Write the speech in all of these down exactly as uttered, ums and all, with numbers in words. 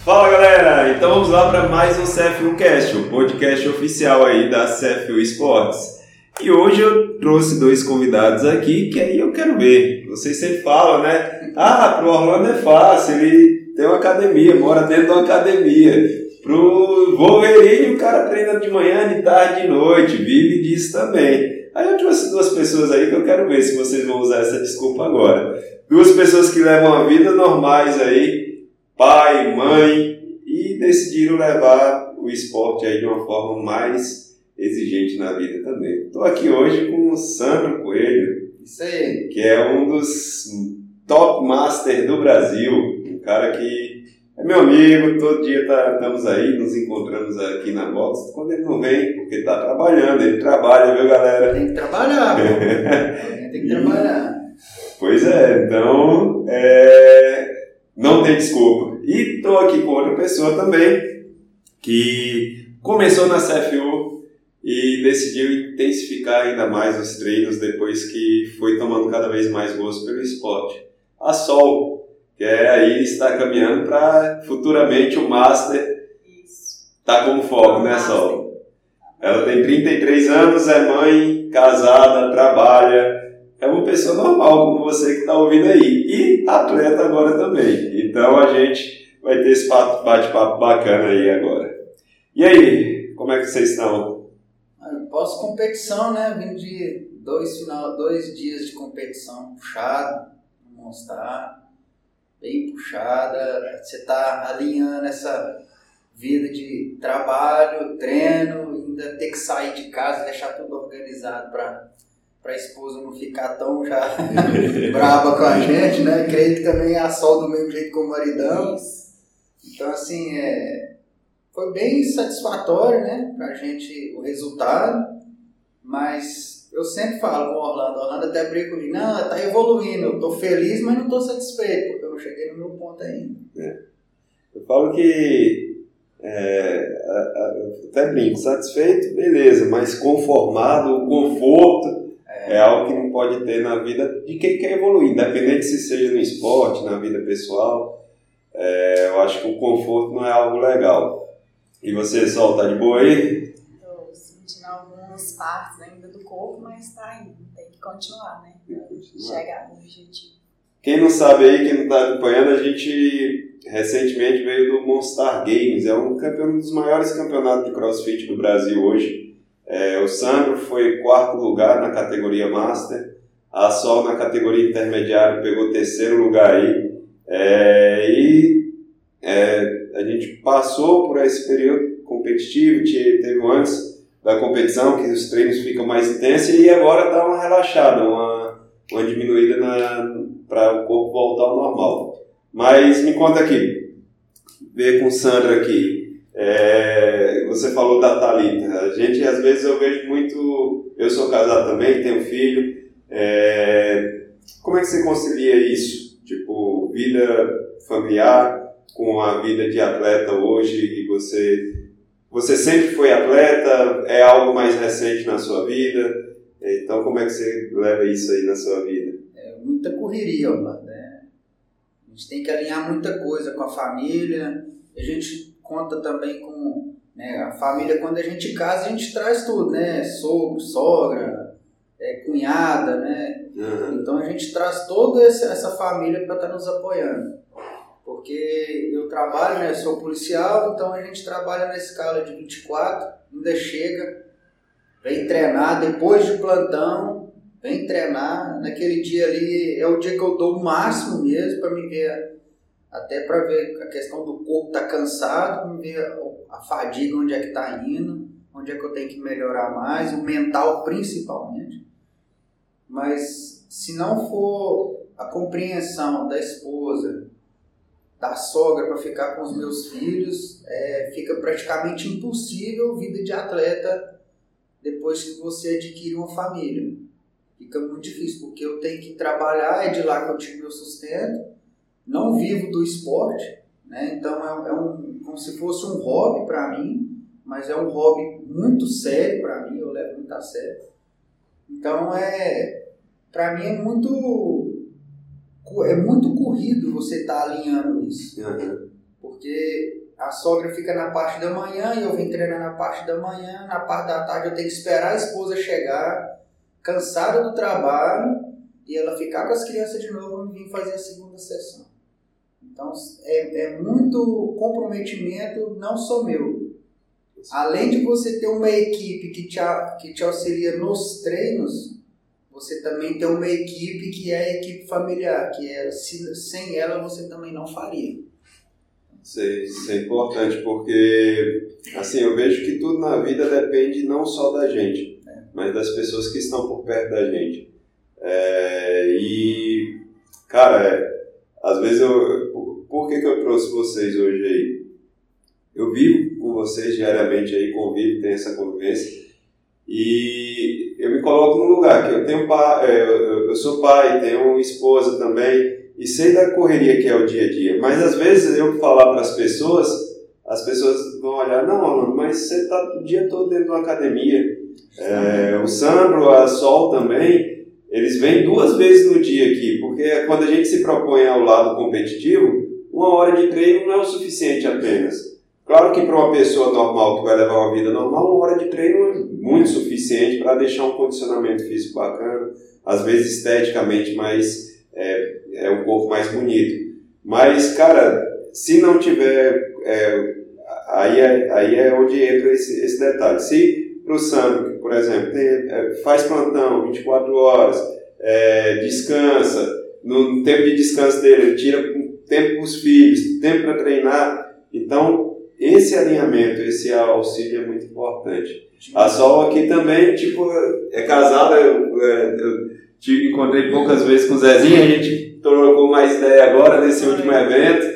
Fala galera, então vamos lá para mais um C F U Cast, o podcast oficial aí da C F U Esportes. E hoje eu trouxe dois convidados aqui que aí eu quero ver. Vocês sempre falam, né? Ah, pro Orlando é fácil, ele tem uma academia, mora dentro de uma academia. Pro Wolverine o cara treina de manhã, de tarde, de noite, vive disso também. Aí eu trouxe duas pessoas aí que eu quero ver se vocês vão usar essa desculpa agora. Duas pessoas que levam a vida normais aí, pai, mãe, e decidiram levar o esporte aí de uma forma mais exigente na vida também. Estou aqui hoje com o Sandro Coelho, Isso aí. que é um dos top master do Brasil, um cara que é meu amigo, todo dia tá, estamos aí, nos encontramos aqui na box, quando ele não vem, porque está trabalhando, ele trabalha, viu galera? Tem que trabalhar, pô. Tem que trabalhar. Pois é, então, é... não tem desculpa. E estou aqui com outra pessoa também, que começou na C F U e decidiu intensificar ainda mais os treinos depois que foi tomando cada vez mais gosto pelo esporte. A Sol, que é aí está caminhando para futuramente o Master. Isso. Tá com foco, né, Sol? Ela tem trinta e três anos, é mãe, casada, trabalha. É uma pessoa normal, como você que está ouvindo aí. E atleta agora também. Então a gente vai ter esse bate-papo bacana aí agora. E aí, como é que vocês estão? Pós-competição, né? Vim de dois, final, dois dias de competição puxado, no Monstar, bem puxada. Você está alinhando essa vida de trabalho, treino, ainda ter que sair de casa, deixar tudo organizado para para a esposa não ficar tão já braba com a gente, né? Creio que também é a Sol do mesmo jeito com o maridão. Então, assim, é, foi bem satisfatório, né? Pra gente o resultado, mas eu sempre falo com o Orlando, o Orlando até brinca comigo, não, tá evoluindo, eu tô feliz, mas não tô satisfeito, porque eu não cheguei no meu ponto ainda. É. Eu falo que, é, a, a, eu até brinco, satisfeito, beleza, mas conformado, o conforto... É algo que não pode ter na vida de quem quer evoluir, independente se seja no esporte, na vida pessoal. É, eu acho que o conforto não é algo legal. E você, Sol, tá de boa aí? Estou sentindo algumas partes ainda do corpo, mas tá indo. Tem que continuar, né? Tem que continuar. Chegar no objetivo. Quem não sabe aí, quem não tá acompanhando, a gente recentemente veio do Monstar Games. É um, campeão, um dos maiores campeonatos de crossfit do Brasil hoje. É, o Sandro foi quarto lugar na categoria Master, a Sol na categoria intermediária pegou terceiro lugar aí, é, e é, a gente passou por esse período competitivo, teve um antes da competição que os treinos ficam mais intensos e agora está uma relaxada, uma, uma diminuída para o corpo voltar ao normal. Mas me conta aqui, ver com o Sandro aqui. É, você falou da Thalita. A gente, às vezes, eu vejo muito... Eu sou casado também, tenho filho. É, como é que você concilia isso? Tipo, vida familiar com a vida de atleta hoje? E você, você sempre foi atleta? É algo mais recente na sua vida? Então, como é que você leva isso aí na sua vida? É muita correria, mano, né? A gente tem que alinhar muita coisa com a família. A gente... conta também com, né, a família, quando a gente casa, a gente traz tudo, né? Sogro, sogra, é, cunhada, né? Uhum. Então a gente traz toda essa, essa família para estar tá nos apoiando. Porque eu trabalho, né? Eu sou policial, então a gente trabalha na escala de vinte e quatro, ainda chega, vem treinar, depois de plantão, vem treinar. Naquele dia ali é o dia que eu dou o máximo mesmo para me ver. Até para ver a questão do corpo tá cansado, para ver a fadiga, onde é que tá indo, onde é que eu tenho que melhorar mais, o mental principalmente. Mas se não for a compreensão da esposa, da sogra para ficar com os meus filhos, é, fica praticamente impossível vida de atleta depois que você adquire uma família. Fica muito difícil, porque eu tenho que trabalhar, é de lá que eu tiro meu sustento. Não vivo do esporte, né? Então é, é um, como se fosse um hobby para mim, mas é um hobby muito sério para mim, eu levo muito a sério. Então é, para mim é muito, é muito corrido você estar tá alinhando isso. Uhum. Porque a sogra fica na parte da manhã e eu venho treinar na parte da manhã, na parte da tarde eu tenho que esperar a esposa chegar, cansada do trabalho, e ela ficar com as crianças de novo e vir fazer a segunda sessão. Então é, é muito comprometimento, não só meu. Além de você ter uma equipe que te, que te auxilia nos treinos, você também tem uma equipe que é a equipe familiar, que é, se, sem ela você também não faria. Isso é, isso é importante, porque assim, eu vejo que tudo na vida depende não só da gente, é. mas das pessoas que estão por perto da gente. É, e, cara, é, às vezes eu... Por, por que que eu trouxe vocês hoje aí? Eu vivo com vocês diariamente aí, convivo, tenho essa convivência. E eu me coloco num lugar que eu tenho pai, eu, eu sou pai, tenho esposa também, e sei da correria que é o dia a dia. Mas às vezes eu falar para as pessoas, as pessoas vão olhar, não, Orlando, mas você está o dia todo dentro de uma academia. É, o Sandro, a Sol também, eles vêm duas vezes no dia aqui, porque quando a gente se propõe ao lado competitivo, uma hora de treino não é o suficiente apenas. Claro que para uma pessoa normal que vai levar uma vida normal, uma hora de treino é muito suficiente para deixar um condicionamento físico bacana, às vezes esteticamente mais, é, é um corpo mais bonito. Mas, cara, se não tiver, é, aí, é, aí é onde entra esse, esse detalhe. Se para o Sandro, por exemplo, tem, é, faz plantão vinte e quatro horas, é, descansa, no tempo de descanso dele, ele tira tempo para os filhos, tempo para treinar, então esse alinhamento, esse auxílio é muito importante. A Sol aqui também, tipo, é casada, eu, eu te encontrei poucas vezes com o Zezinho, a gente trocou mais ideia agora nesse último evento,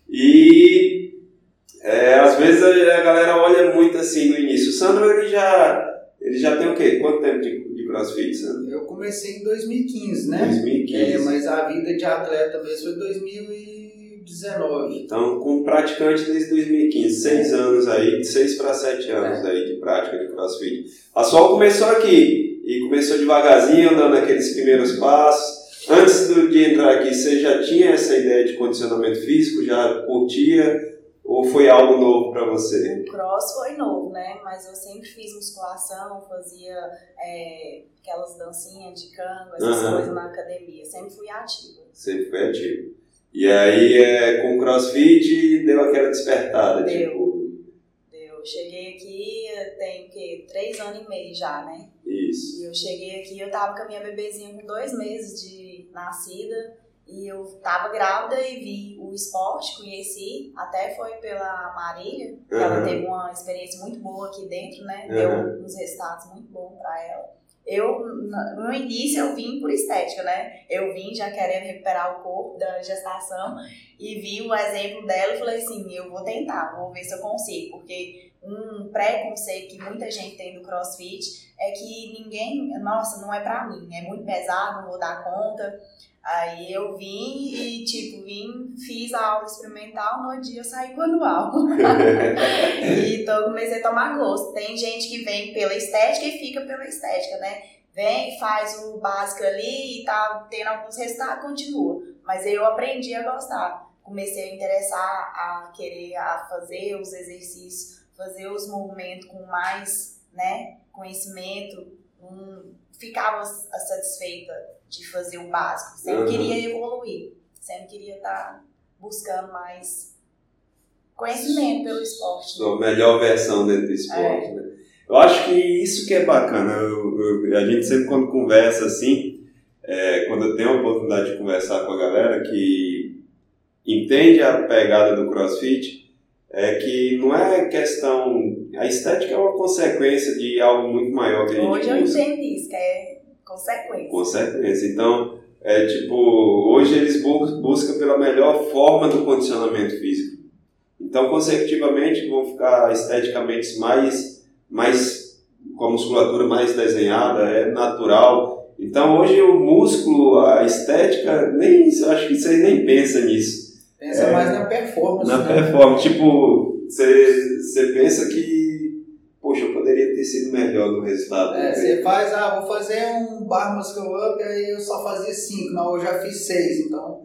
e é, às vezes a, a galera olha muito assim no início. O Sandro, ele já, ele já tem o quê? Quanto tempo de, de CrossFit, Sandro? Eu comecei em dois mil e quinze, né? dois mil e quinze. É, mas a vida de atleta mesmo foi dois mil e dezenove. Então, com praticante desde dois mil e quinze, seis anos aí, de seis para sete anos é. aí de prática de CrossFit. A Sol começou aqui e começou devagarzinho, dando aqueles primeiros passos. Antes de entrar aqui, você já tinha essa ideia de condicionamento físico? Já curtia? Ou foi algo novo para você? O cross foi novo, né? Mas eu sempre fiz musculação, fazia é, aquelas dancinhas de cango, essas uhum. coisas na academia. Sempre fui ativa. Sempre foi ativa. E aí, é, com o CrossFit, deu aquela despertada? Deu. Tipo... Deu. Cheguei aqui, tem o quê? Três anos e meio já, né? Isso. E eu cheguei aqui, eu tava com a minha bebezinha com dois meses de nascida. E eu tava grávida e vi o esporte, conheci, até foi pela Marília, que uhum. ela teve uma experiência muito boa aqui dentro, né? Uhum. Deu uns resultados muito bons pra ela. Eu, no início, eu vim por estética, né? Eu vim já querendo recuperar o corpo da gestação e vi o exemplo dela e falei assim, eu vou tentar, vou ver se eu consigo, porque um preconceito que muita gente tem do CrossFit é que ninguém, nossa, não é pra mim, é muito pesado, não vou dar conta. Aí eu vim e, tipo, vim, fiz a aula experimental, no dia eu saí com o anual. E então comecei a tomar gosto. Tem gente que vem pela estética e fica pela estética, né? Vem, faz o básico ali e tá tendo alguns resultados, continua. Mas eu aprendi a gostar. Comecei a interessar, a querer a fazer os exercícios, fazer os movimentos com mais, né, conhecimento. Um, ficava satisfeita de fazer o básico. Sempre uhum. queria evoluir. Sempre queria estar buscando mais conhecimento pelo esporte. A melhor versão dentro do esporte, é. né? Eu acho que isso que é bacana. Eu, eu, a gente sempre quando conversa assim, é, quando eu tenho a oportunidade de conversar com a galera que entende a pegada do CrossFit, é que não é questão... A estética é uma consequência de algo muito maior que a gente Hoje busca. eu entendo isso, que é consequência. Consequência. Então, é tipo, hoje eles buscam pela melhor forma do condicionamento físico. Então, consecutivamente, vão ficar esteticamente mais, mais com a musculatura mais desenhada, é natural. Então, hoje o músculo, a estética, nem, acho que vocês nem pensam nisso. Pensa é, mais na performance. Na né? performance. Tipo, você pensa que, poxa, eu poderia ter sido melhor no resultado. É, você faz, ah, vou fazer um bar muscle up, aí eu só fazia cinco, não, eu já fiz seis, então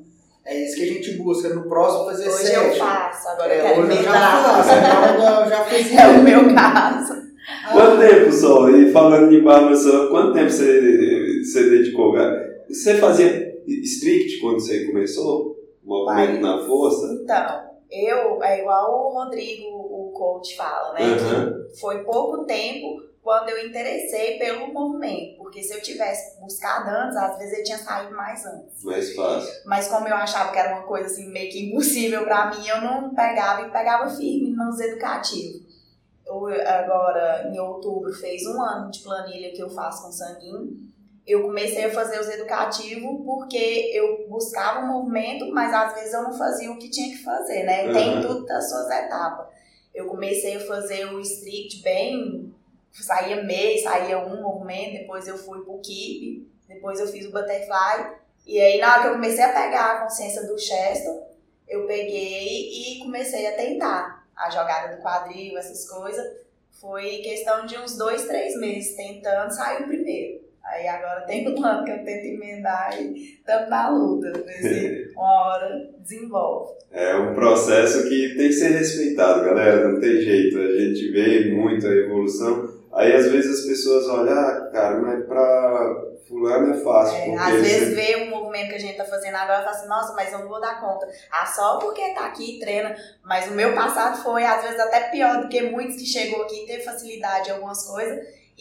É isso que a gente busca. No próximo fazer hoje sete. Hoje eu faço, agora é, eu quero hoje emendar. eu já faço, então eu já fiz. É o meu caso. Ah. Quanto tempo, Sol? E falando de barba, Sol, quanto tempo você, você dedicou, cara? Você fazia strict quando você começou? Movimento na força? Então, eu, é igual o Rodrigo, o coach, fala, né? Uhum. Que foi pouco tempo quando eu interessei pelo movimento. Porque se eu tivesse buscado antes, às vezes eu tinha saído mais antes. Mais fácil. Mas como eu achava que era uma coisa assim, meio que impossível pra mim, eu não pegava e pegava firme nos educativos. Eu, agora, em outubro, fez um ano de planilha que eu faço com sanguíneo. Eu comecei a fazer os educativos porque eu buscava o movimento, mas às vezes eu não fazia o que tinha que fazer, né? Uhum. Tem tudo das suas etapas. Eu comecei a fazer o strict bem, saía mês, saía um movimento, depois eu fui pro keep, depois eu fiz o butterfly. E aí, na hora que eu comecei a pegar a consciência do Cheston, eu peguei e comecei a tentar. A jogada do quadril, essas coisas, foi questão de uns dois, três meses tentando, saiu primeiro. Aí agora tem um ano que eu tento emendar e estamos na luta, ver uma hora desenvolve. É um processo que tem que ser respeitado, galera, não tem jeito, a gente vê muito a evolução, aí às vezes as pessoas olham, ah, cara, mas pra fulano é fácil. É, porque às vezes você... vê um movimento que a gente tá fazendo agora e fala assim, nossa, mas eu não vou dar conta. Ah, só porque tá aqui e treina. Mas o meu passado foi, às vezes, até pior do que muitos que chegou aqui e teve facilidade em algumas coisas.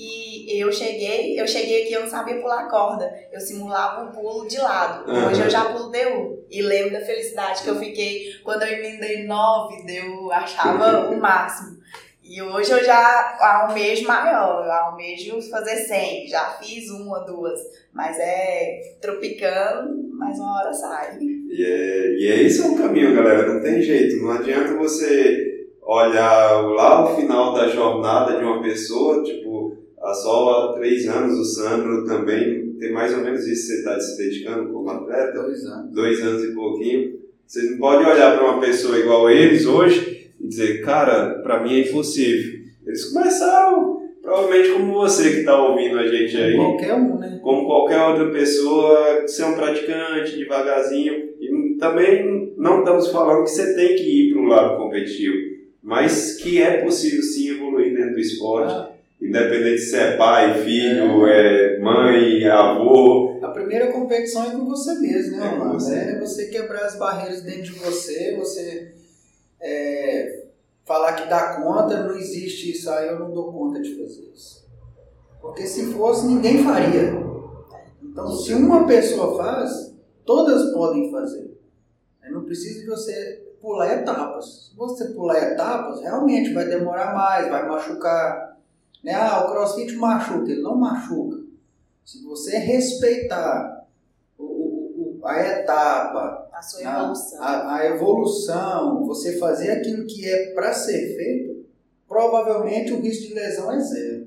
E eu cheguei, eu cheguei aqui e eu não sabia pular corda. Eu simulava um pulo de lado. Uhum. Hoje eu já pulo D U. E lembro da felicidade que eu fiquei quando eu emendei nove, eu achava o máximo. E hoje eu já almejo maior, eu almejo fazer cem. Já fiz uma, duas. Mas é tropicando, mas uma hora sai. E é, e é isso é o caminho, galera. Não tem jeito. Não adianta você olhar lá o final da jornada de uma pessoa, tipo, há só há três anos o Sandro também tem mais ou menos isso, você está se dedicando como atleta. Dois anos. Dois anos e pouquinho. Você não pode olhar para uma pessoa igual eles hoje e dizer, cara, para mim é impossível. Eles começaram, provavelmente como você que está ouvindo a gente aí. Qualquer um, né? Como qualquer outra pessoa, ser um praticante, devagarzinho. E também não estamos falando que você tem que ir para o lado competitivo, mas que é possível sim evoluir dentro do esporte. Ah. Independente se é pai, filho, é. É mãe, avô. A primeira competição é com você mesmo, né, é mano? Você. É você quebrar as barreiras dentro de você, você é, falar que dá conta, não existe isso aí, eu não dou conta de fazer isso. Porque se fosse, ninguém faria. Então, se uma pessoa faz, todas podem fazer. Não precisa de você pular etapas. Se você pular etapas, realmente vai demorar mais, vai machucar. Né? Ah, o CrossFit machuca, ele não machuca. Se você respeitar o, o, a etapa, a sua evolução, a, a evolução, você fazer aquilo que é para ser feito, provavelmente o risco de lesão é zero.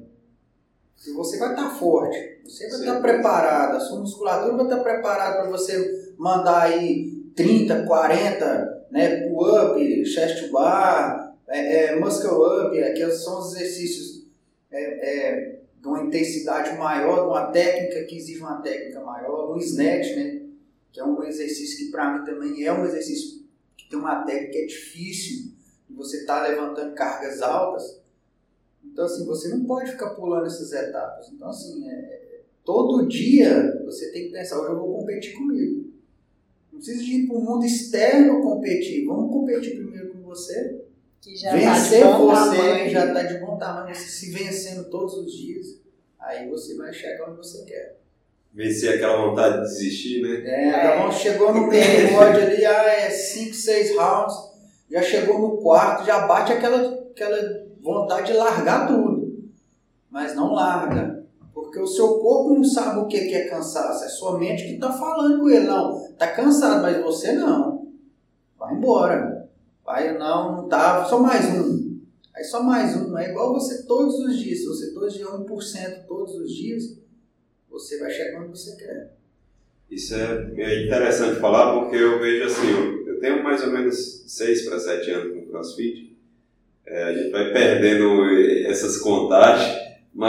Se você vai estar forte, você vai Sim. estar preparado, a sua musculatura vai estar preparada para você mandar aí trinta, quarenta, né, pull-up, chest bar, é, é, muscle up, que são os exercícios É, é, de uma intensidade maior, de uma técnica que exige uma técnica maior, um snatch, né? Que é um exercício que para mim também é um exercício que tem uma técnica que é difícil, e você está levantando cargas altas. Então assim, você não pode ficar pulando essas etapas. Então assim, é, todo dia você tem que pensar, hoje eu vou competir comigo. Não precisa de ir para o mundo externo competir, vamos competir primeiro com você. Que já vencer tá de bom você, tamanho. que já está de bom tamanho, você se vencendo todos os dias, aí você vai chegar onde você quer. Vencer aquela vontade de desistir, né? É, é. Chegou no recorde ali, ah, é cinco, seis rounds, já chegou no quarto, já bate aquela, aquela vontade de largar tudo. Mas não larga, porque o seu corpo não sabe o que é cansaço, é sua mente que está falando com ele, não, está cansado, mas você não, vai embora. Vai, não, não tá, só mais um. Aí só mais um. É igual você todos os dias. Se você todos os dias um por cento todos os dias, você vai chegar onde você quer. Isso é interessante falar porque eu vejo assim, eu tenho mais ou menos seis para sete anos no CrossFit. É, a gente vai perdendo essas contagens,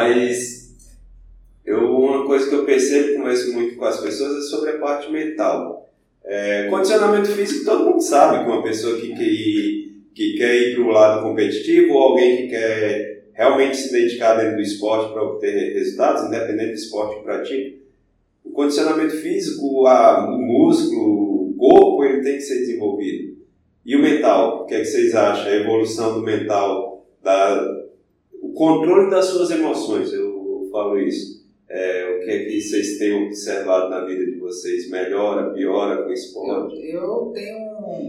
mas eu, uma coisa que eu percebo e converso muito com as pessoas é sobre a parte mental. É, condicionamento físico, todo mundo sabe que uma pessoa que quer ir, que quer ir para o lado competitivo ou alguém que quer realmente se dedicar dentro do esporte para obter resultados, independente do esporte que pratica, o condicionamento físico, a, o músculo, o corpo, ele tem que ser desenvolvido. E o mental, o que é que vocês acham? A evolução do mental, da, o controle das suas emoções, eu falo isso. É, o que é que vocês têm observado na vida de vocês? Melhora, piora com o esporte? Eu, eu tenho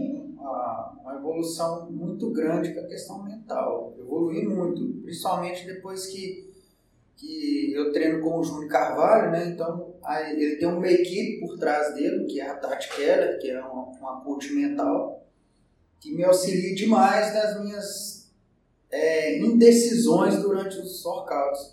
uma, uma evolução muito grande com a questão mental. Eu evolui muito, principalmente depois que, que eu treino com o Júnior Carvalho, né? Então aí, ele tem uma equipe por trás dele, que é a Tati Keller, que é uma, uma coach mental, que me auxilia demais nas minhas é, indecisões durante os workouts.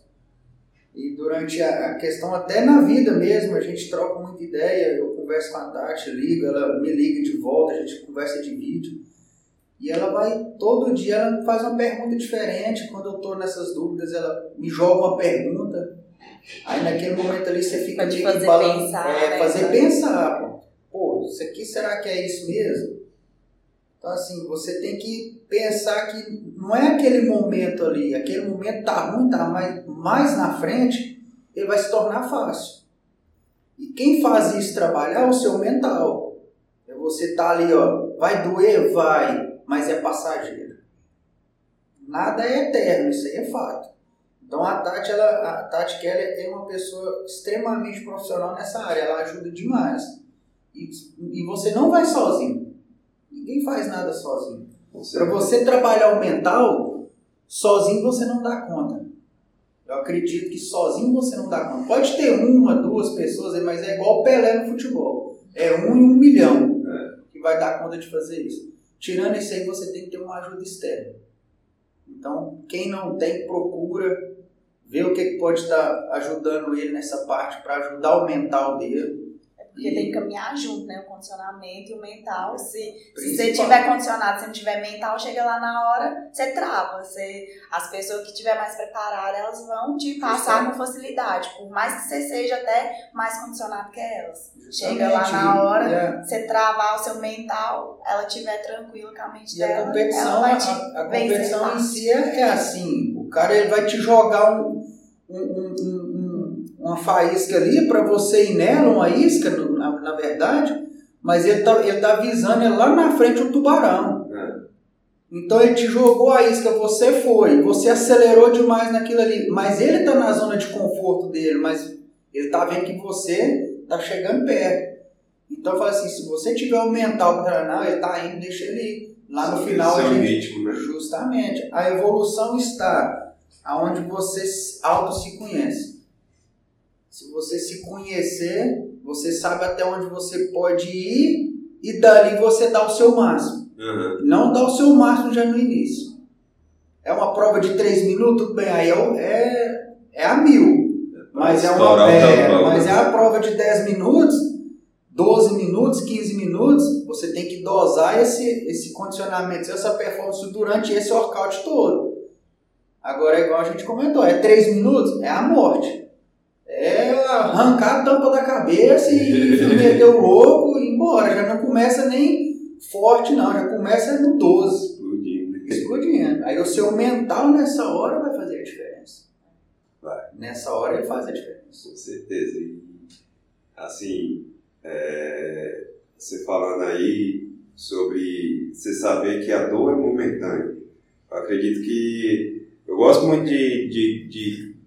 E durante a questão, até na vida mesmo, a gente troca muita ideia, eu converso com a Tati, ligo, ela me liga de volta, a gente conversa de vídeo. E ela vai, todo dia, ela faz uma pergunta diferente. Quando eu estou nessas dúvidas, ela me joga uma pergunta. Aí naquele momento ali você fica de fazer pensar, é, né? fazer pensar, pô. Pô, isso aqui será que é isso mesmo? Então assim, você tem que pensar que não é aquele momento ali, aquele momento tá ruim, tá mais, mais na frente, ele vai se tornar fácil. E quem faz isso trabalhar é o seu mental. É você tá ali, ó, vai doer? Vai, mas é passageiro. Nada é eterno, isso aí é fato. Então a Tati, ela, a Tati Keller é uma pessoa extremamente profissional nessa área, ela ajuda demais. E, e você não vai sozinho. Ninguém faz nada sozinho. Para você trabalhar o mental, sozinho você não dá conta. Eu acredito que sozinho você não dá conta. Pode ter uma, duas pessoas, mas é igual o Pelé no futebol. É um em um milhão que vai dar conta de fazer isso. Tirando isso aí, você tem que ter uma ajuda externa. Então, quem não tem, procura ver o que pode estar ajudando ele nessa parte para ajudar o mental dele. Porque tem que caminhar junto, né? O condicionamento e o mental. Se, se você tiver condicionado, se não tiver mental, chega lá na hora, você trava. Você, as pessoas que estiver mais preparadas, elas vão te passar com facilidade. Por mais que você seja até mais condicionado que elas. Justamente. Chega lá na hora, é. Você travar o seu mental, ela estiver tranquila com a mente e dela. A competição, ela vai te a, a competição em si é, é assim. O cara ele vai te jogar um... um, um, um uma faísca ali para você ir nela, uma isca, na, na verdade, mas ele tá, ele tá visando ele lá na frente o tubarão. É. Então ele te jogou a isca, você foi, você acelerou demais naquilo ali, mas ele tá na zona de conforto dele, mas ele tá vendo que você tá chegando perto. Então fala assim, se você tiver o mental para treinar, ele tá indo, deixa ele ir. Lá no Sim, final, a gente, ritmo, né? Justamente, a evolução está aonde você auto se conhece. Se você se conhecer, você sabe até onde você pode ir e dali você dá o seu máximo. Uhum. Não dá o seu máximo já no início. É uma prova de três minutos, tudo bem, aí é, é a mil. Mas é, uma, é, mas é a prova de dez minutos, doze minutos, quinze minutos, você tem que dosar esse, esse condicionamento, essa performance durante esse workout todo. Agora, igual a gente comentou, é três minutos, é a morte. É arrancar a tampa da cabeça e meter o louco e ir embora. Já não começa nem forte, não. Já começa no doze. Explodindo. Explodindo. Aí o seu mental nessa hora vai fazer a diferença. Vai. Nessa hora ele faz a diferença. Com certeza. E, assim, é, você falando aí sobre você saber que a dor é momentânea. Eu acredito que... Eu gosto muito de... de, de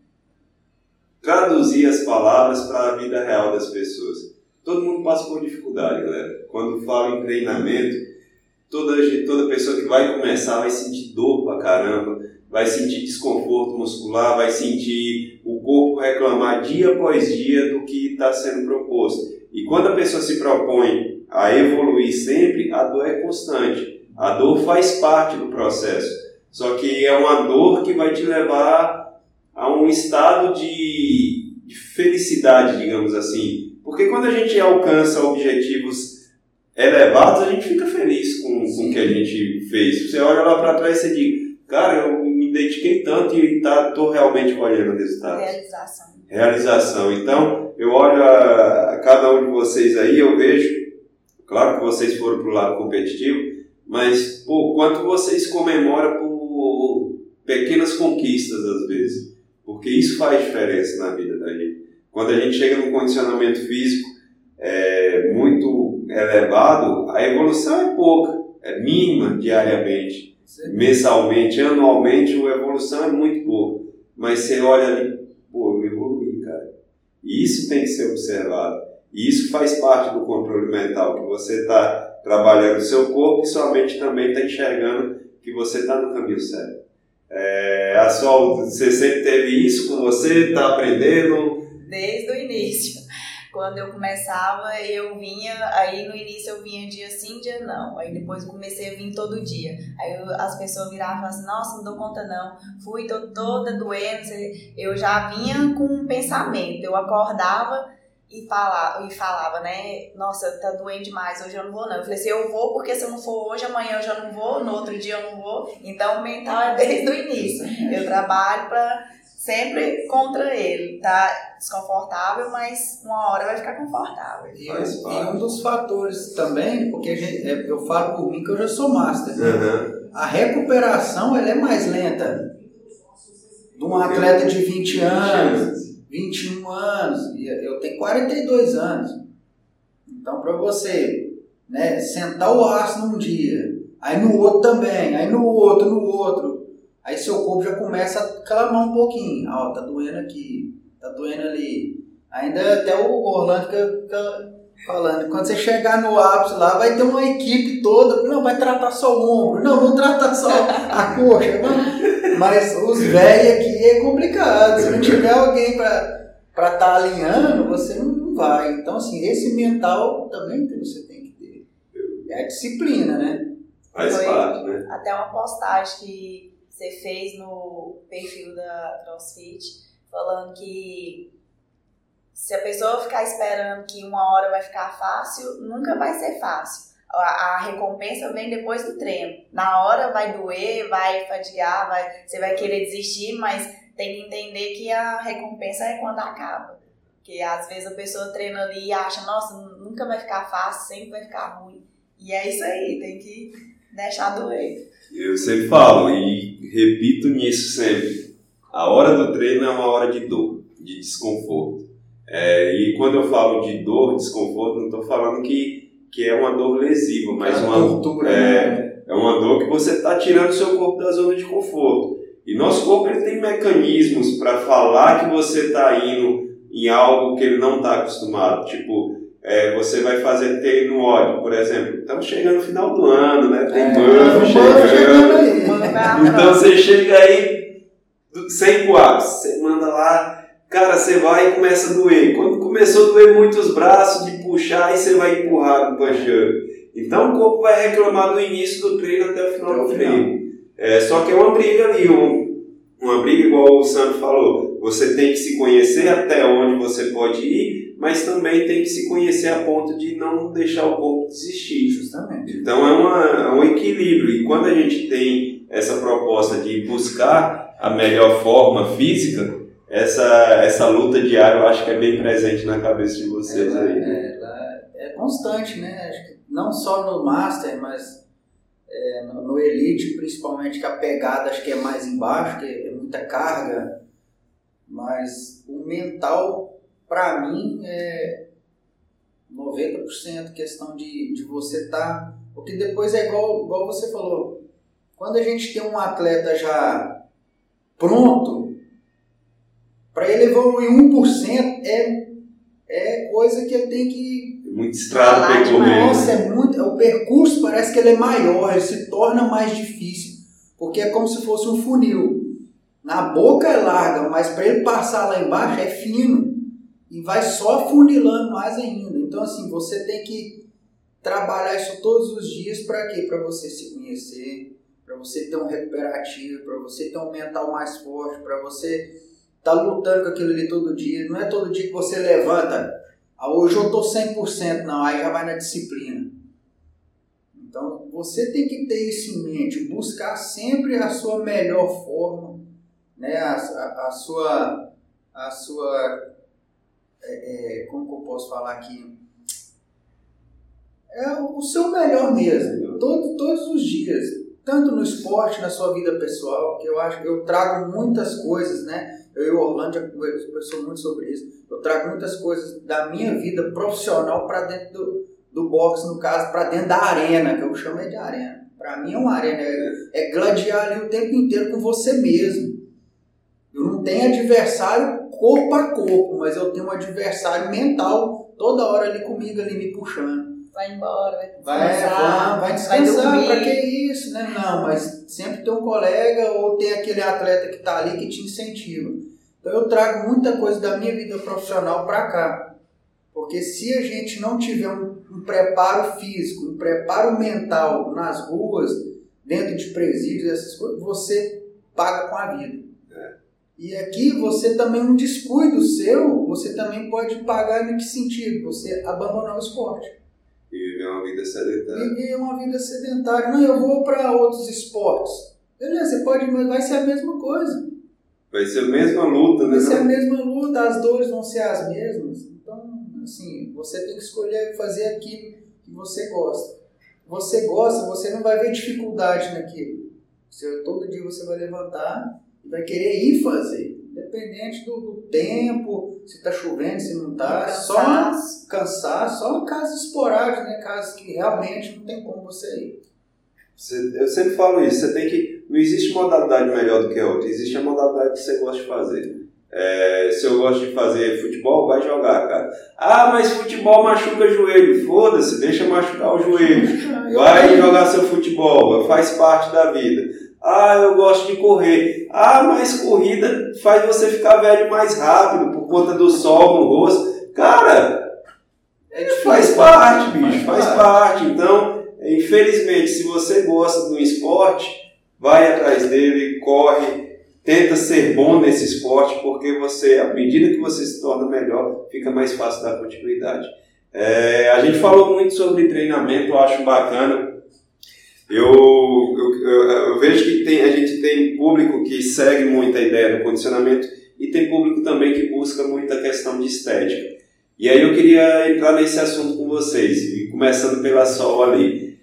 traduzir as palavras para a vida real das pessoas. Todo mundo passa por dificuldade, galera. Quando fala em treinamento, toda, toda pessoa que vai começar vai sentir dor pra caramba, vai sentir desconforto muscular, vai sentir o corpo reclamar dia após dia do que está sendo proposto. E quando a pessoa se propõe a evoluir sempre, a dor é constante. A dor faz parte do processo. Só que é uma dor que vai te levar a um estado de, de felicidade, digamos assim. Porque quando a gente alcança objetivos elevados, a gente fica feliz com, com o que a gente fez. Você olha lá para trás e você diz, cara, eu me dediquei tanto e estou tá, realmente colhendo resultados. Realização. Realização. Então, eu olho a, a cada um de vocês aí, eu vejo claro que vocês foram para o lado competitivo, mas pô, quanto vocês comemoram por pequenas conquistas às vezes, porque isso faz diferença na vida da gente. Quando a gente chega num condicionamento físico é, muito elevado, a evolução é pouca, é mínima diariamente, mensalmente, anualmente, a evolução é muito pouca. Mas você olha ali, pô, eu evoluí, cara. E isso tem que ser observado. E isso faz parte do controle mental, que você está trabalhando o seu corpo e sua mente também está enxergando que você está no caminho certo. É, a Sol, você sempre teve isso com você? Está aprendendo? Desde o início. Quando eu começava, eu vinha, aí no início eu vinha dia sim, dia não. Aí depois eu comecei a vir todo dia. Aí eu, as pessoas viravam e falavam assim, nossa, não dou conta não. Fui, tô toda doendo. Eu já vinha com um pensamento. Eu acordava e falava, e falava, né, nossa, tá doendo demais, hoje eu não vou não. Eu falei assim, eu vou porque se eu não for hoje, amanhã eu já não vou, no outro dia eu não vou. Então o mental é desde o início. Eu trabalho pra... sempre contra ele, tá desconfortável, mas uma hora vai ficar confortável. E, e um dos fatores também, porque a gente, eu falo por mim que eu já sou master, né? Uhum. A recuperação ela é mais lenta. De um atleta de vinte anos, vinte e um anos, eu tenho quarenta e dois anos. Então, para você, né, sentar o aço num dia, aí no outro também, aí no outro, no outro, aí seu corpo já começa a clamar um pouquinho. Ah, ó, tá doendo aqui, tá doendo ali. Ainda até o Orlando fica, fica falando, quando você chegar no ápice lá, vai ter uma equipe toda, não, vai tratar só o ombro, não, não trata só a coxa, não. Mas os velhos aqui é complicado, se não tiver alguém para estar tá alinhando, você não vai. Então, assim, esse mental também você tem que ter. É a disciplina, né? Faz parte, né? Até uma postagem que você fez no perfil da CrossFit, falando que se a pessoa ficar esperando que uma hora vai ficar fácil, nunca vai ser fácil. A, a recompensa vem depois do treino. Na hora vai doer, vai fadigar, vai, você vai querer desistir, mas tem que entender que a recompensa é quando acaba. Porque às vezes a pessoa treina ali e acha, nossa, nunca vai ficar fácil, sempre vai ficar ruim. E é isso aí, tem que deixar doer. Eu sempre falo e repito nisso sempre. A hora do treino é uma hora de dor, de desconforto. É, e quando eu falo de dor, desconforto, não estou falando que, que é uma dor lesiva, mas é uma, tortura, é, né? É uma dor que você está tirando o seu corpo da zona de conforto. E nosso corpo ele tem mecanismos para falar que você está indo em algo que ele não está acostumado. Tipo, é, você vai fazer treino no ódio, por exemplo. Estamos chegando no final do ano, né? Tem é, buff chegando. Então você chega aí sem coatos, você manda lá. Cara, você vai e começa a doer. Quando começou a doer muito os braços, de puxar, aí você vai empurrar no push-up. Então o corpo vai reclamar do início do treino até o final do treino. É, só que é uma briga ali, um, uma briga igual o Sandro falou. Você tem que se conhecer até onde você pode ir, mas também tem que se conhecer a ponto de não deixar o corpo desistir. Justamente. Então é, uma, é um equilíbrio. E quando a gente tem essa proposta de buscar a melhor forma física, Essa, essa luta diária eu acho que é bem presente na cabeça de vocês ela, aí. Né? Ela é constante, né? Acho que não só no Master, mas é, no, no Elite, principalmente, que a pegada acho que é mais embaixo, que é muita carga. Mas o mental, para mim, é noventa por cento questão de, de você estar... Tá, porque depois é igual, igual você falou. Quando a gente tem um atleta já pronto, para ele evoluir um por cento é, é coisa que ele tem que... Muito estrada percorrer. Nossa, é muito, o percurso parece que ele é maior, ele se torna mais difícil, porque é como se fosse um funil. Na boca é larga, mas para ele passar lá embaixo é fino e vai só funilando mais ainda. Então, assim, você tem que trabalhar isso todos os dias para quê? Para você se conhecer, para você ter um recuperativo, para você ter um mental mais forte, para você... tá lutando com aquilo ali todo dia. Não é todo dia que você levanta, ah, hoje eu tô cem por cento, não, aí já vai na disciplina. Então, você tem que ter isso em mente, buscar sempre a sua melhor forma, né? a, a, a sua, a sua é, é, como que eu posso falar aqui? é o seu melhor mesmo, todo, todos os dias, tanto no esporte, na sua vida pessoal, que eu acho que eu trago muitas coisas, né? Eu e o Orlando já conversou muito sobre isso. Eu trago muitas coisas da minha vida profissional para dentro do, do boxe, no caso, para dentro da arena, que eu chamo de arena. Para mim é uma arena, é, é gladiar ali o tempo inteiro com você mesmo. Eu não tenho adversário corpo a corpo, mas eu tenho um adversário mental toda hora ali comigo, ali me puxando. Vai embora, vai descansar. Vai, vai descansar, pra que isso, né? Não, mas sempre tem um colega ou tem aquele atleta que tá ali que te incentiva. Então eu trago muita coisa da minha vida profissional pra cá. Porque se a gente não tiver um, um preparo físico, um preparo mental nas ruas, dentro de presídios, essas coisas, você paga com a vida. É. E aqui você também, um descuido seu, você também pode pagar em que sentido? Você abandonar o esporte. E viver uma vida sedentária. Viver uma vida sedentária. Não, eu vou para outros esportes. Beleza, você pode, mas vai ser a mesma coisa. Vai ser a mesma luta, né? Vai ser a mesma luta, as dores vão ser as mesmas. Então, assim, você tem que escolher fazer aquilo que você gosta. Você gosta, você não vai ver dificuldade naquilo. Você, todo dia você vai levantar e vai querer ir fazer. Independente do, do tempo, se está chovendo, se não está, só cansar, só casos esporádicos, né? Casos que realmente não tem como você ir. Você, eu sempre falo isso, você tem que. Não existe modalidade melhor do que a outra, existe a modalidade que você gosta de fazer. É, se eu gosto de fazer futebol, vai jogar, cara. Ah, mas futebol machuca joelho. Foda-se, deixa machucar o joelho. Vai jogar seu futebol, faz parte da vida. Ah, eu gosto de correr. Ah, mas corrida faz você ficar velho mais rápido por conta do sol no rosto. Cara, é difícil, faz parte, bicho, faz parte. Então, infelizmente, se você gosta do esporte, vai atrás dele, corre, tenta ser bom nesse esporte, porque você, à medida que você se torna melhor, fica mais fácil dar continuidade. É, a gente falou muito sobre treinamento, eu acho bacana. Eu, eu, eu, eu vejo que tem, a gente tem público que segue muito a ideia do condicionamento e tem público também que busca muita questão de estética. E aí eu queria entrar nesse assunto com vocês, começando pela Sol ali.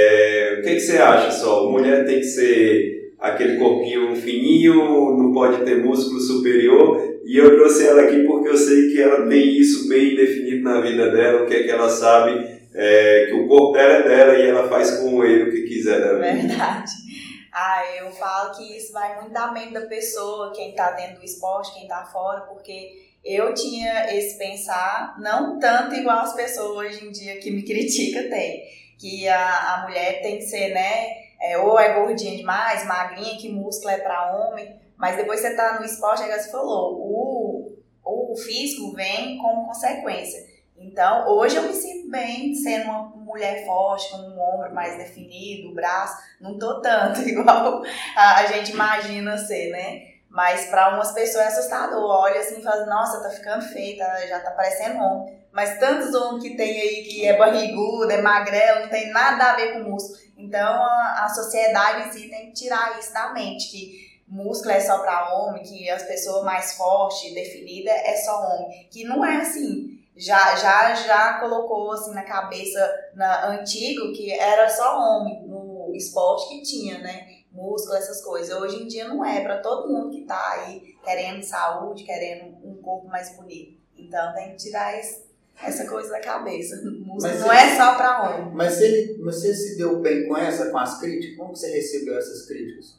É, o que, que você acha, Sol? Mulher tem que ser aquele corpinho fininho, não pode ter músculo superior, e eu trouxe ela aqui porque eu sei que ela tem isso bem definido na vida dela, o que é que ela sabe. É, que o corpo dela é dela e ela faz com ele o que quiser da vida. Verdade. Ah, eu falo que isso vai muito da mente da pessoa, quem tá dentro do esporte, quem tá fora, porque eu tinha esse pensar, não tanto igual as pessoas hoje em dia que me criticam tem, que a, a mulher tem que ser, né, é, ou é gordinha demais, magrinha, que músculo é pra homem, mas depois você tá no esporte, aí você falou, o, o físico vem como consequência. Então, hoje eu me sinto bem sendo uma mulher forte, com um ombro mais definido, o braço, não tô tanto igual a, a gente imagina ser, né? Mas para umas pessoas é assustador, olha assim e fala, nossa, tá ficando feia, tá, já tá parecendo homem. Mas tantos homens que tem aí que é barrigudo, é magrelo, não tem nada a ver com músculo. Então, a, a sociedade em si tem que tirar isso da mente, que músculo é só para homem, que as pessoas mais fortes, definidas, é só homem. Que não é assim. Já, já, já colocou assim na cabeça na, antigo que era só homem no esporte que tinha, né? Músculo, essas coisas. Hoje em dia não é, para todo mundo que tá aí querendo saúde, querendo um corpo mais bonito. Então tem que tirar esse, essa coisa da cabeça. Músculo não é só para homem. Mas você, você se deu bem com essa, com as críticas? Como você recebeu essas críticas?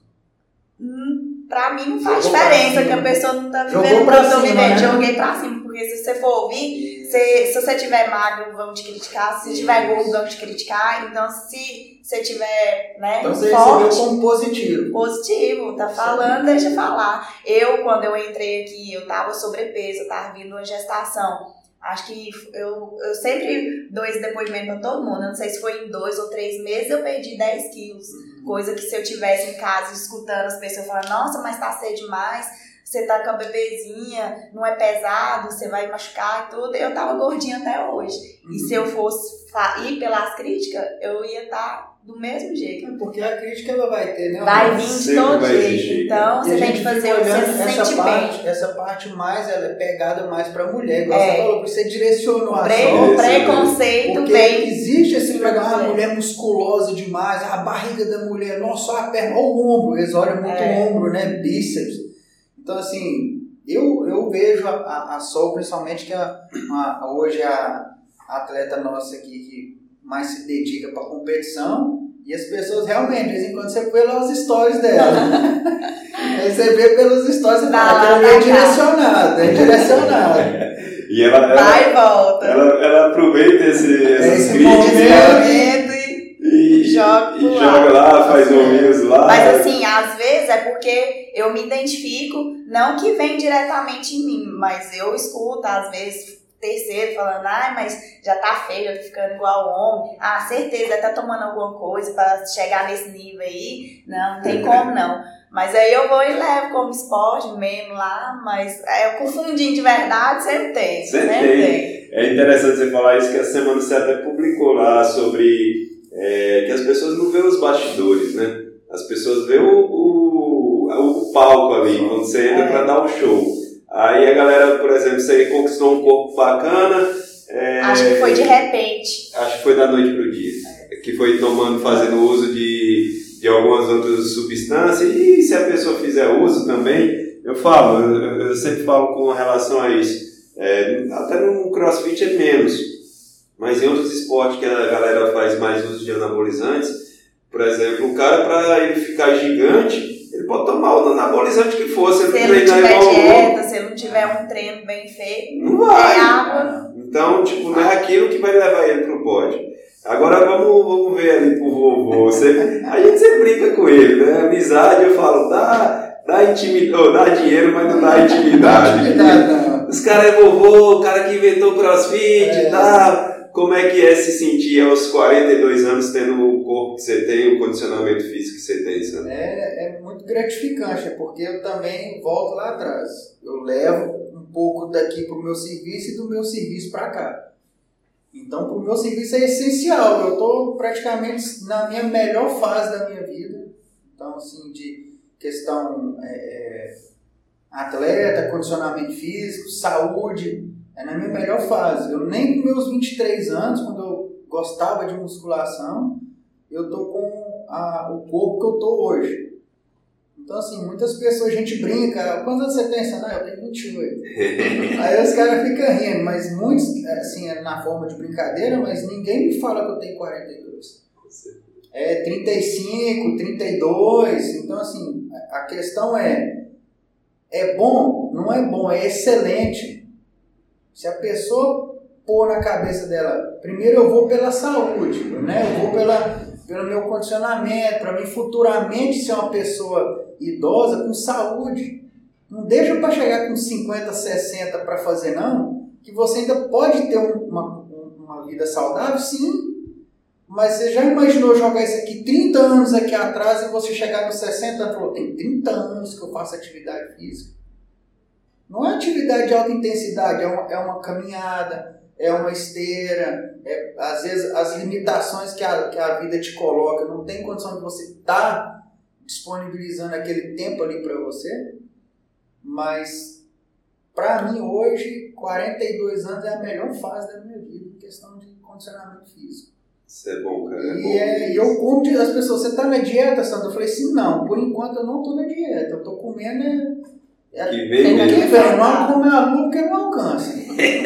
Hum, pra mim não faz Jogou diferença, que a pessoa não tá vivendo o que eu tô vivendo. Né? Joguei pra cima, porque se você for ouvir, se, se você tiver magro, vão te criticar, se você tiver gordo, vão te criticar, então se você tiver, né, então você forte, recebeu como positivo. Positivo, tá falando, deixa eu falar. Eu, quando eu entrei aqui, eu tava sobrepeso, eu tava vindo uma gestação. Acho que eu, eu sempre dou esse depoimento pra todo mundo. Eu não sei se foi em dois ou três meses, eu perdi dez quilos. Uhum. Coisa que se eu tivesse em casa escutando as pessoas falando, nossa, mas tá cedo demais, você tá com a bebezinha, não é pesado, você vai machucar e tudo. Eu tava gordinha até hoje. Uhum. E se eu fosse ir pelas críticas, eu ia estar do mesmo jeito. Porque a crítica ela vai ter, né? Vai vir de todo jeito. Então, e você tem que fazer o que você se sente parte, bem. Essa parte mais, ela é pegada mais pra mulher. Igual é. você falou, você direcionou a Pre, ação. O preconceito porque vem. existe esse pegar uma mulher musculosa demais, a barriga da mulher, nossa, a perna, olha o ombro, eles olham muito é. o ombro, né? Bíceps. Então, assim, eu, eu vejo a, a, a Sol, principalmente, que a, a, hoje é a atleta nossa aqui que mais se dedica pra competição. E as pessoas realmente, de vez em quando você vê lá os stories dela. Aí você vê pelos stories e fala que ela é direcionada, é direcionada. E ela, ela, vai e volta. Ela, ela aproveita esse, essas esse críticas momento e, e, joga, e joga lá, faz ouvinhos lá. Mas assim, às vezes é porque eu me identifico, não que vem diretamente em mim, mas eu escuto, às vezes, terceiro falando, ai, mas já tá feio, já tô ficando igual homem. Ah, certeza, tá tomando alguma coisa pra chegar nesse nível aí. Não, não tem como não. Mas aí eu vou e levo como esporte mesmo lá, mas é, eu confundindo de verdade, sempre tem. Sempre, sempre tem. tem. É interessante você falar isso, que essa semana você até publicou lá sobre é, que as pessoas não veem os bastidores, né? As pessoas veem o, o, o palco ali, quando você entra é. pra dar o show. Aí a galera, por exemplo, você conquistou um corpo bacana. É, acho que foi de repente. Acho que foi da noite pro dia. É. Que foi tomando, fazendo uso de, de algumas outras substâncias. E se a pessoa fizer uso também, eu falo, eu, eu sempre falo com relação a isso. É, até no CrossFit é menos. Mas em outros esportes que a galera faz mais uso de anabolizantes, por exemplo, o cara, para ele ficar gigante, ele pode tomar o anabolizante que for, se ele não treinar tiver igual dieta, se ele não tiver um treino bem feito, não vai. É água. Então, tipo, não é aquilo que vai levar ele pro pódio. Agora vamos, vamos ver ali pro vovô. Você, a gente sempre brinca com ele, né? Amizade, eu falo, dá, dá, intimidade, oh, dá dinheiro, mas não dá intimidade. Não dá intimidade, não. Os caras é vovô, o cara que inventou o CrossFit, é. Tá? Como é que é se sentir aos quarenta e dois anos tendo o corpo que você tem, o condicionamento físico que você tem, sabe? É, é muito gratificante, porque eu também volto lá atrás. Eu levo um pouco daqui pro meu serviço e do meu serviço para cá. Então, pro meu serviço é essencial. Eu tô praticamente na minha melhor fase da minha vida. Então, assim, de questão é, é, atleta, condicionamento físico, saúde... É na minha melhor fase. Eu nem com meus vinte e três anos, quando eu gostava de musculação, eu tô com a, o corpo que eu tô hoje. Então, assim, muitas pessoas, a gente brinca, quantos anos você tem? Não, eu tenho vinte e oito. Aí os caras ficam rindo, mas muitos, assim, é na forma de brincadeira, mas ninguém me fala que eu tenho quarenta e dois. É trinta e cinco, trinta e dois. Então, assim, a questão é, é bom? Não é bom, é excelente. Se a pessoa pôr na cabeça dela, primeiro eu vou pela saúde, né? Eu vou pela, pelo meu condicionamento, para mim futuramente ser uma pessoa idosa com saúde. Não deixa para chegar com cinquenta, sessenta para fazer não, que você ainda pode ter um, uma, uma vida saudável, sim. Mas você já imaginou jogar isso aqui trinta anos aqui atrás e você chegar nos sessenta e falou, tem trinta anos que eu faço atividade física. Não é atividade de alta intensidade, é uma, é uma caminhada, é uma esteira, é, às vezes as limitações que a, que a vida te coloca, não tem condição de você estar tá disponibilizando aquele tempo ali para você, mas para mim hoje, quarenta e dois anos é a melhor fase da minha vida em questão de condicionamento físico. Isso é bom, cara. É e bom. É, eu como as pessoas, você está na dieta, Sandra? Eu falei assim, não, por enquanto eu não estou na dieta, eu estou comendo... É, que vem, que vem, vem. Não comer a lua porque não alcança.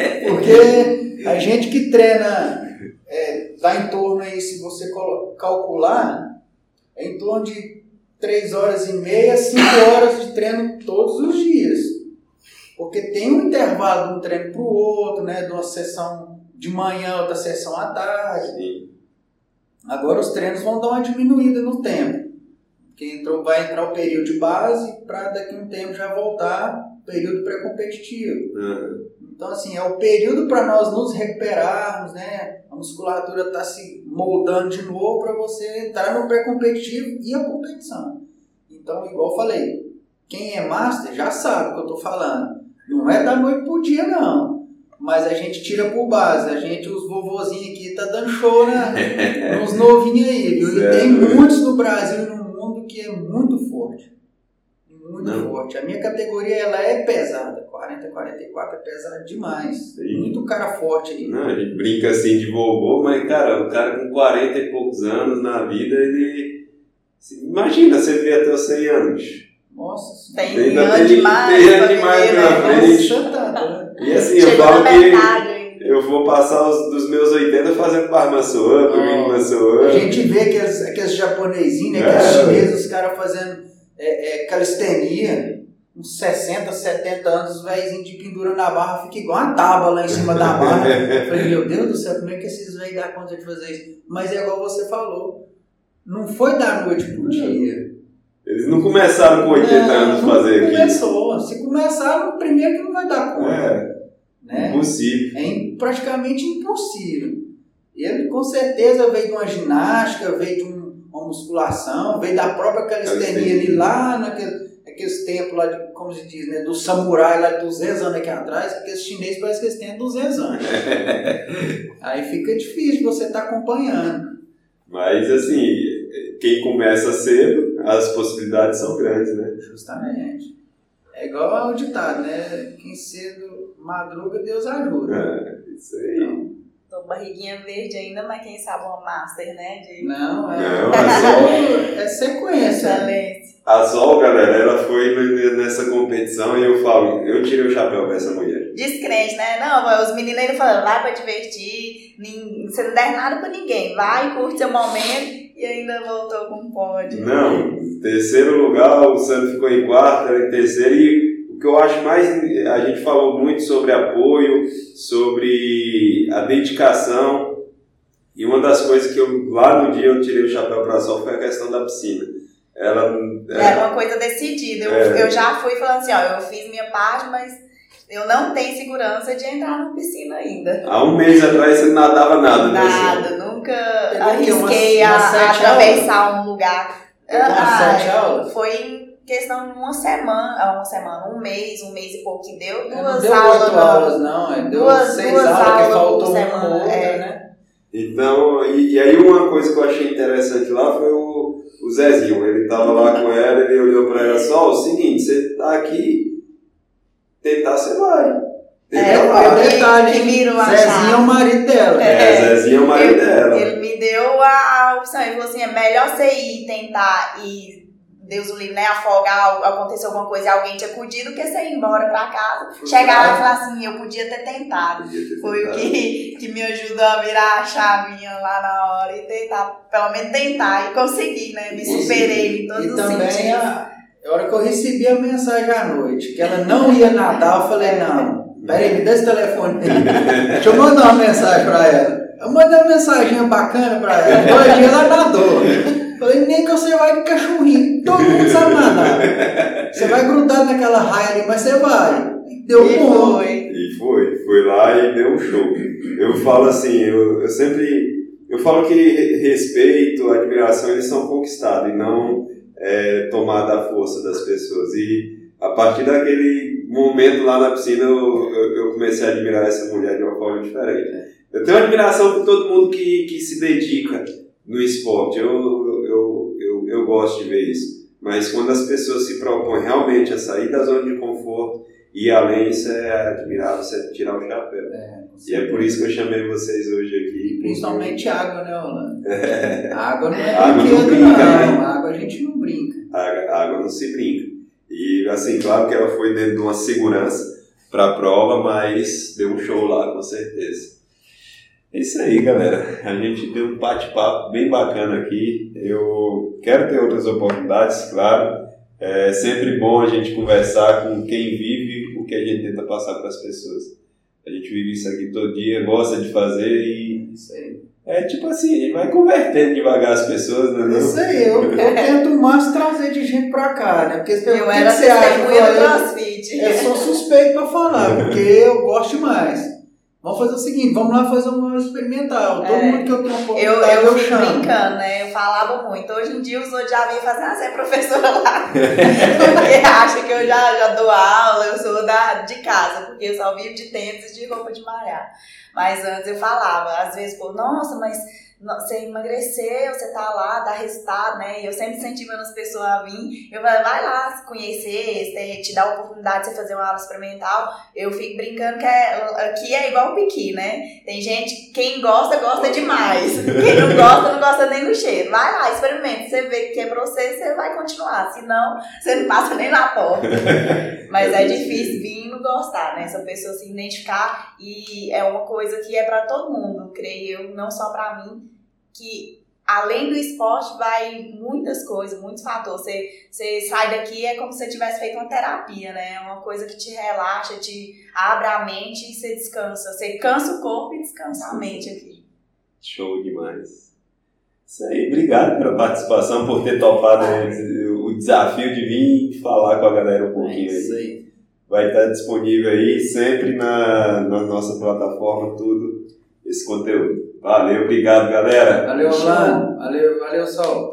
Porque a gente que treina, é, dá em torno aí, se você calcular, é em torno de três horas e meia, cinco horas de treino todos os dias. Porque tem um intervalo de um treino para o outro, né? De uma sessão de manhã, outra sessão à tarde. Sim. Agora os treinos vão dar uma diminuída no tempo. Que entrou, vai entrar o período de base para daqui a um tempo já voltar o período pré-competitivo. Uhum. Então, assim, é o período para nós nos recuperarmos, né? A musculatura está se moldando de novo para você entrar no pré-competitivo e a competição. Então, igual eu falei, quem é master já sabe o que eu estou falando. Não é da noite pro dia, não. mas a gente tira por base. A gente, os vovozinhos aqui, tá dando show, né? Uns novinhos aí, viu? Certo. E tem muitos no Brasil e no mundo que é muito forte. Muito Não. forte. A minha categoria, ela é pesada. quarenta, quarenta e quatro é pesado demais. Sim. Muito cara forte aí. Não, a gente brinca assim de vovô, mas, cara, o cara com quarenta e poucos anos na vida, ele... Imagina você ver até os cem anos. Nossa, tem, tem anos demais. Tem anos demais na frente. Nossa, e assim, eu falo que eu vou passar os, dos meus oitenta fazendo bar muscle up, ring muscle up. A gente vê aqueles, aqueles japonesinhos, né, aqueles é. chineses, os caras fazendo é, é, calistenia, uns sessenta, setenta anos, os velhinhos de pendura na barra, fica igual uma tábua lá em cima da barra. Eu falei, meu Deus do céu, como é que esses velhos dão conta de fazer isso? Mas é igual você falou, não foi da noite pro dia. Eles não começaram com oitenta não, anos a fazer aquilo. Não começou. Se começaram, primeiro que não vai dar conta. É, né? Impossível. É praticamente impossível. Ele com certeza veio de uma ginástica, veio de um, uma musculação, veio da própria calistenia ali lá naquele, naqueles tempos lá, de, como se diz, né, do samurai lá de duzentos anos aqui atrás, porque os chineses parece que eles têm duzentos anos. Aí fica difícil você estar tá acompanhando. Mas assim, quem começa cedo, as possibilidades são grandes, né? Justamente. É igual ao ditado, né? Quem cedo madruga, Deus ajuda. É, isso aí. Então, tô barriguinha verde ainda, mas quem sabe uma master, né? De... Não, é, Não, é, é sequência. Excelente. A Zol, galera, ela foi nessa competição e eu falo, eu tirei o chapéu pra essa mulher. Descrente, né? Não, os meninos ainda falando, vai pra divertir, você não der nada pra ninguém, vai, curte seu momento. E ainda voltou com pódio. Não, terceiro lugar, o Sandro ficou em quarto, em terceiro. E o que eu acho mais... A gente falou muito sobre apoio, sobre a dedicação. E uma das coisas que eu, lá no dia eu tirei o chapéu para a Sol foi a questão da piscina. Ela, Era uma coisa decidida. Eu, é, eu já fui falando assim, ó, eu fiz minha parte, mas... Eu não tenho segurança de entrar na piscina ainda. Há um mês atrás você não nadava nada, né? Nada, nunca arrisquei uma, uma a, atravessar aulas. um lugar. Ah, foi em questão de uma semana, uma semana, um mês, um mês e pouco que deu. Duas não deu aulas. Oito aulas, não, é, deu duas, seis duas aulas, aulas que faltou uma semana, outra, é. né? Então, e, e aí uma coisa que eu achei interessante lá foi o, o Zezinho. Ele tava lá com ela, ele olhou pra ela só, o seguinte, você tá aqui. Tentar, você vai. É, é o detalhe, que virou a Zezinho é o marido dela. É, é Zezinho é o marido ele, dela. Ele me deu a opção, ele falou assim, é melhor você ir tentar e, Deus o livre, né, afogar, acontecer alguma coisa e alguém te acudir, do que você ir embora pra casa, Foi chegar lá e falar assim, eu podia ter tentado. Podia ter Foi tentado. o que, que me ajudou a virar a chavinha lá na hora e tentar, pelo menos tentar e conseguir, né, me superei em todos e os também sentidos. A... A hora que eu recebi a mensagem à noite, que ela não ia nadar, eu falei, não, peraí, me dá esse telefone aí. Deixa eu mandar uma mensagem pra ela. Eu mandei uma mensaginha bacana pra ela. Dois dias ela nadou. Falei, nem que você vai de cachorrinho, todo mundo sabe nadar. Você vai grudado naquela raia ali, mas você vai. Deu e bom. Foi. E foi, foi lá e deu um show. Eu falo assim, eu, eu sempre, eu falo que respeito, admiração, eles são conquistados e não... É, tomada a força das pessoas. E a partir daquele momento lá na piscina eu, eu, eu comecei a admirar essa mulher de uma forma diferente. Eu tenho admiração por todo mundo que, que se dedica no esporte. Eu, eu, eu, eu gosto de ver isso. Mas quando as pessoas se propõem realmente a sair da zona de conforto e ir além, isso é admirável, isso é tirar o chapéu. É, e é por isso que eu chamei vocês hoje aqui. E principalmente água, né, Orlando? É. A água não é água brinquedo, não brinca, não. Né? A água a gente não brinca. A água, a água não se brinca. E assim, claro que ela foi dentro de uma segurança para a prova, mas deu um show lá, com certeza. É isso aí, galera. A gente deu um bate-papo bem bacana aqui. Eu quero ter outras oportunidades, claro. É sempre bom a gente conversar com quem vive o que a gente tenta passar para as pessoas. A gente vive isso aqui todo dia, gosta de fazer e... Isso aí. É tipo assim, a gente vai convertendo devagar as pessoas, né? Não? Isso aí, eu, eu tento mais trazer de gente pra cá, né? Porque eu que era você acha? Eu, crossfit. eu sou suspeito pra falar, porque eu gosto demais. Vamos fazer o seguinte, vamos lá fazer um experimental. Todo É. mundo que eu tenho um pouco Eu, de eu fico chamo. brincando, né? Eu falava muito. Hoje em dia os outros já vêm fazer, ah, você é professora lá. Porque acha que eu já, já dou aula, eu sou da, de casa, porque eu só vivo de tênis e de roupa de malhar. Mas antes eu falava, às vezes, pô, nossa, mas você emagreceu, você tá lá, dá resultado, né? E eu sempre incentivando as pessoas a vir. Eu falo, vai lá se conhecer, te, te dá a oportunidade de você fazer uma aula experimental. Eu fico brincando que é, aqui é igual o piqui, né? Tem gente, quem gosta, gosta demais. Quem não gosta, não gosta nem do cheiro. Vai lá, experimenta. Você vê que é pra você, você vai continuar. Senão, você não passa nem na porta. Mas é difícil vir e não gostar, né? Essa pessoa se identificar. E é uma coisa que é pra todo mundo, creio eu, não só pra mim. Que além do esporte vai muitas coisas, muitos fatores. Você, você sai daqui é como se você tivesse feito uma terapia, né? É uma coisa que te relaxa, te abre a mente e você descansa. Você cansa o corpo e descansa a mente aqui. Show demais. Isso aí, obrigado pela participação, por ter topado o desafio de vir falar com a galera um pouquinho. É isso aí. Vai estar disponível aí sempre na, na nossa plataforma, tudo esse conteúdo. Valeu, obrigado, galera. Valeu, Orlando. Valeu, valeu, Sol.